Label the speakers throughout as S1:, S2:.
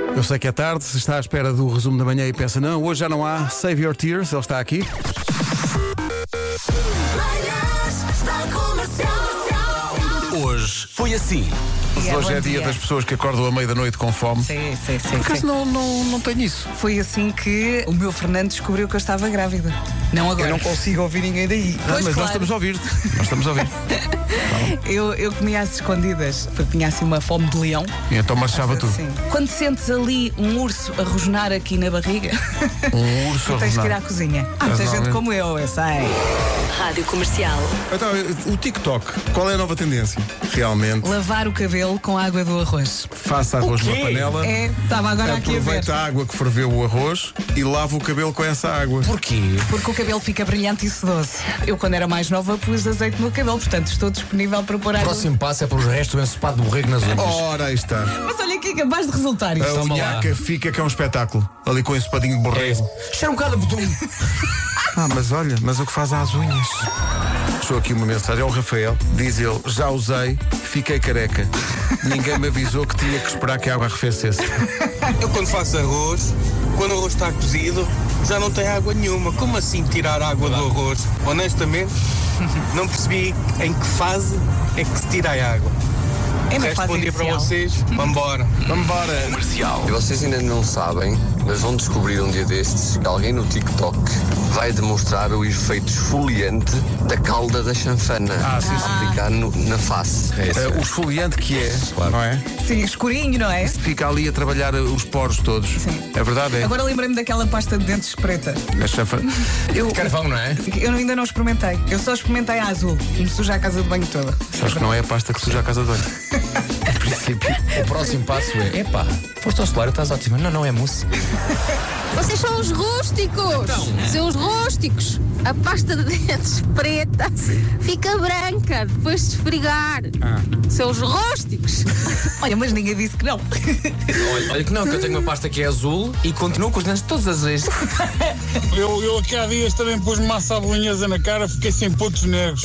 S1: Eu sei que é tarde, se está à espera do resumo da manhã e pensa, não, hoje já não há Save Your Tears, ele está aqui.
S2: Hoje foi assim.
S1: Hoje é dia das pessoas que acordam à meia da noite com fome.
S3: Sim.
S1: Por acaso não tenho isso.
S3: Foi assim que o meu Fernando descobriu que eu estava grávida. Não agora.
S4: Eu não consigo ouvir ninguém daí.
S1: Mas
S3: claro.
S1: nós estamos a ouvir-te. Nós estamos a ouvir.
S3: Eu comia às escondidas, porque tinha assim uma fome de leão.
S1: E então marchava tudo.
S3: Sim. Quando sentes ali um urso a rosnar aqui na barriga,
S1: Um urso a
S3: tens que ir
S1: rosnar.
S3: à cozinha. Há muita
S1: Estás a
S3: gente
S1: ver?
S3: como eu sei.
S5: Rádio Comercial.
S1: Então, o TikTok, qual é a nova tendência? Realmente,
S3: Lavar o cabelo com água do arroz.
S1: faça arroz numa panela,
S3: Estava agora aqui a ver.
S1: aproveita a água que ferveu o arroz e lava o cabelo com essa água.
S2: Porquê?
S3: Porque o cabelo fica brilhante e sedoso. Eu, quando era mais nova, pus azeite no cabelo, portanto estou disponível para pôr
S2: O
S3: água.
S2: próximo passo é para os restos do ensopado de borrego nas unhas.
S1: Ora, aí está.
S3: Mas olha aqui, capaz de resultar isto.
S1: A
S2: Toma lá.
S1: unhaca fica que é um espetáculo. Ali com esse padinho de borrego.
S2: Cheira um bocado a betum.
S1: Mas olha, mas o que faz às unhas? Deixou aqui uma mensagem ao Rafael. Diz ele, já usei, fiquei careca. Ninguém me avisou que tinha que esperar que a água arrefecesse.
S6: Eu quando faço arroz, quando o arroz está cozido, já não tem água nenhuma. Como assim tirar a água do arroz? Honestamente, não percebi em que fase é que se tira a água.
S3: É na fase
S6: Respondi para
S3: inicial.
S6: vocês, vambora.
S1: Vamos embora.
S7: E vocês ainda não sabem, mas vão descobrir um dia destes que alguém no TikTok vai demonstrar o efeito esfoliante da calda da chanfana a aplicar na face.
S1: O esfoliante que é, não é?
S3: Sim, escurinho, não é?
S1: Fica ali a trabalhar os poros todos.
S3: Sim.
S1: É verdade, é.
S3: Agora lembrei-me daquela pasta de dentes preta.
S1: A chanfa...
S2: Carvão, não é?
S3: Eu ainda não experimentei. Eu só experimentei a azul. Me suja a casa de banho toda.
S1: Sabes que não é a pasta que suja a casa de banho. Em princípio.
S2: O próximo passo é: epá, foste ao solar, estás ótima. Não é mousse.
S8: Vocês são os rústicos! São os rústicos! A pasta de dentes preta fica branca depois de esfregar. São os rústicos!
S3: Olha, mas ninguém disse que não.
S2: Olha que não, que eu tenho uma pasta que é azul e continuo com os dentes todos azuis.
S6: Eu aqui há dias também pus massa à bolonhesa na cara, fiquei sem pontos negros.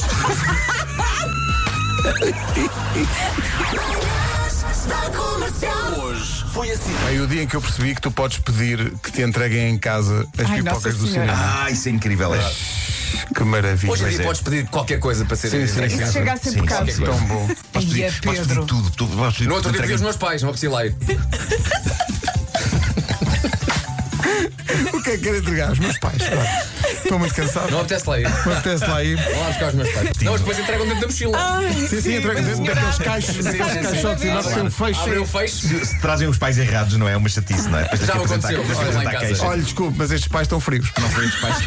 S2: Hoje foi assim.
S1: Aí o dia em que eu percebi que tu podes pedir que te entreguem em casa as
S3: Ai,
S1: pipocas
S3: Nossa
S1: do
S3: Senhora.
S1: cinema.
S4: Isso é incrível.
S1: Que maravilha.
S2: Hoje em dia
S4: é.
S2: podes pedir qualquer coisa para ser
S1: Sim, sim, sim.
S3: Isso chega a ser pecado.
S1: Tão bom.
S3: Ia, Pedro.
S4: Tudo.
S2: No outro dia vi os meus pais, não apetecia lá ir.
S1: O que é que quer entregar? Os meus pais. Claro. Estou muito cansado.
S2: Não apetece lá ir.
S1: Me apetece lá ir.
S2: Vou lá buscar os meus pais. Não, mas depois entregam dentro da mochila.
S1: Sim, entrega dentro daqueles caixos, daqueles caixotes e nós tem um fecho.
S2: Abre o fecho.
S4: Se trazem os pais errados, não é uma chatice, não é? Depois tens
S2: Já
S4: que
S2: me
S4: apresentar-
S2: aconteceu,
S4: tens que
S2: olha lá em
S4: apresentar
S2: casa.
S4: queixa.
S1: Olha, desculpe, mas estes pais estão frios.
S4: Não foi os pais.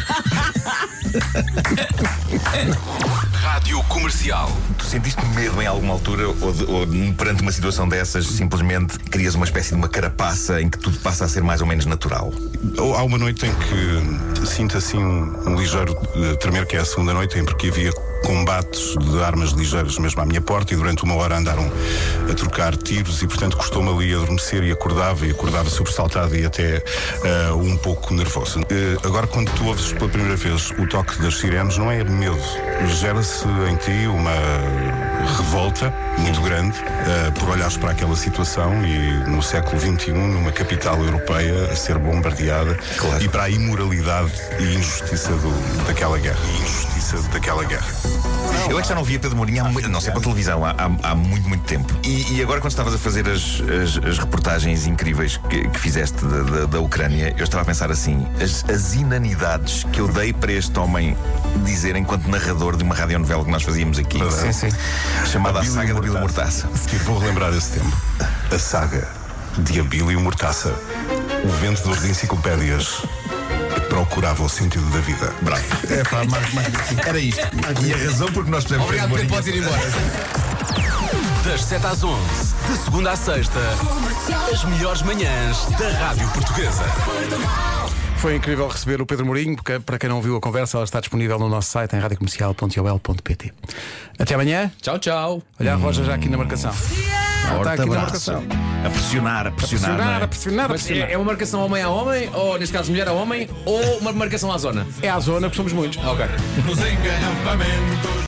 S2: Rádio Comercial.
S4: Tu sentiste medo em alguma altura ou perante uma situação dessas simplesmente crias uma espécie de uma carapaça em que tudo passa a ser mais ou menos natural?
S9: Há uma noite em que sinto assim um ligeiro tremer, que é a segunda noite, em que havia combates de armas ligeiras mesmo à minha porta e durante uma hora andaram a trocar tiros e portanto custou-me ali adormecer e acordava sobressaltado e até um pouco nervoso. Agora quando tu ouves pela primeira vez o toque das sirenes não é medo, gera-se em ti uma revolta muito grande por olhares para aquela situação e no século XXI numa capital europeia a ser bombardeada e para a imoralidade e injustiça daquela guerra.
S4: Eu é que já não via Pedro Mourinho não sei, para televisão há muito tempo. E agora quando estavas a fazer as reportagens incríveis que fizeste da Ucrânia, eu estava a pensar assim, as inanidades que eu dei para este homem dizer enquanto narrador de uma radionovela que nós fazíamos aqui.
S1: Sim.
S4: Chamada A Saga de Abílio Mortaça.
S9: Vou relembrar esse tempo. A saga de Abílio Mortaça, o vendedor de enciclopédias que procurava o sentido da vida.
S4: Bravo.
S1: É pá, mais.
S4: Era isto. E a razão por que nós fizemos
S2: Obrigado, Pedro, podes ir embora. Das 7 às 11, de segunda à sexta, as melhores manhãs da Rádio Portuguesa.
S1: Foi incrível receber o Pedro Mourinho, porque para quem não viu a conversa, ela está disponível no nosso site em radiocomercial.ol.pt. Até amanhã.
S2: Tchau.
S1: Olha a Roja já aqui na marcação. Está aqui na marcação.
S4: A pressionar, não é?
S1: A pressionar.
S2: Mas é uma marcação homem a homem, ou neste caso mulher a homem, ou uma marcação à zona?
S1: É a zona, porque somos muitos.
S2: Ok.
S10: Nos engarrafamentos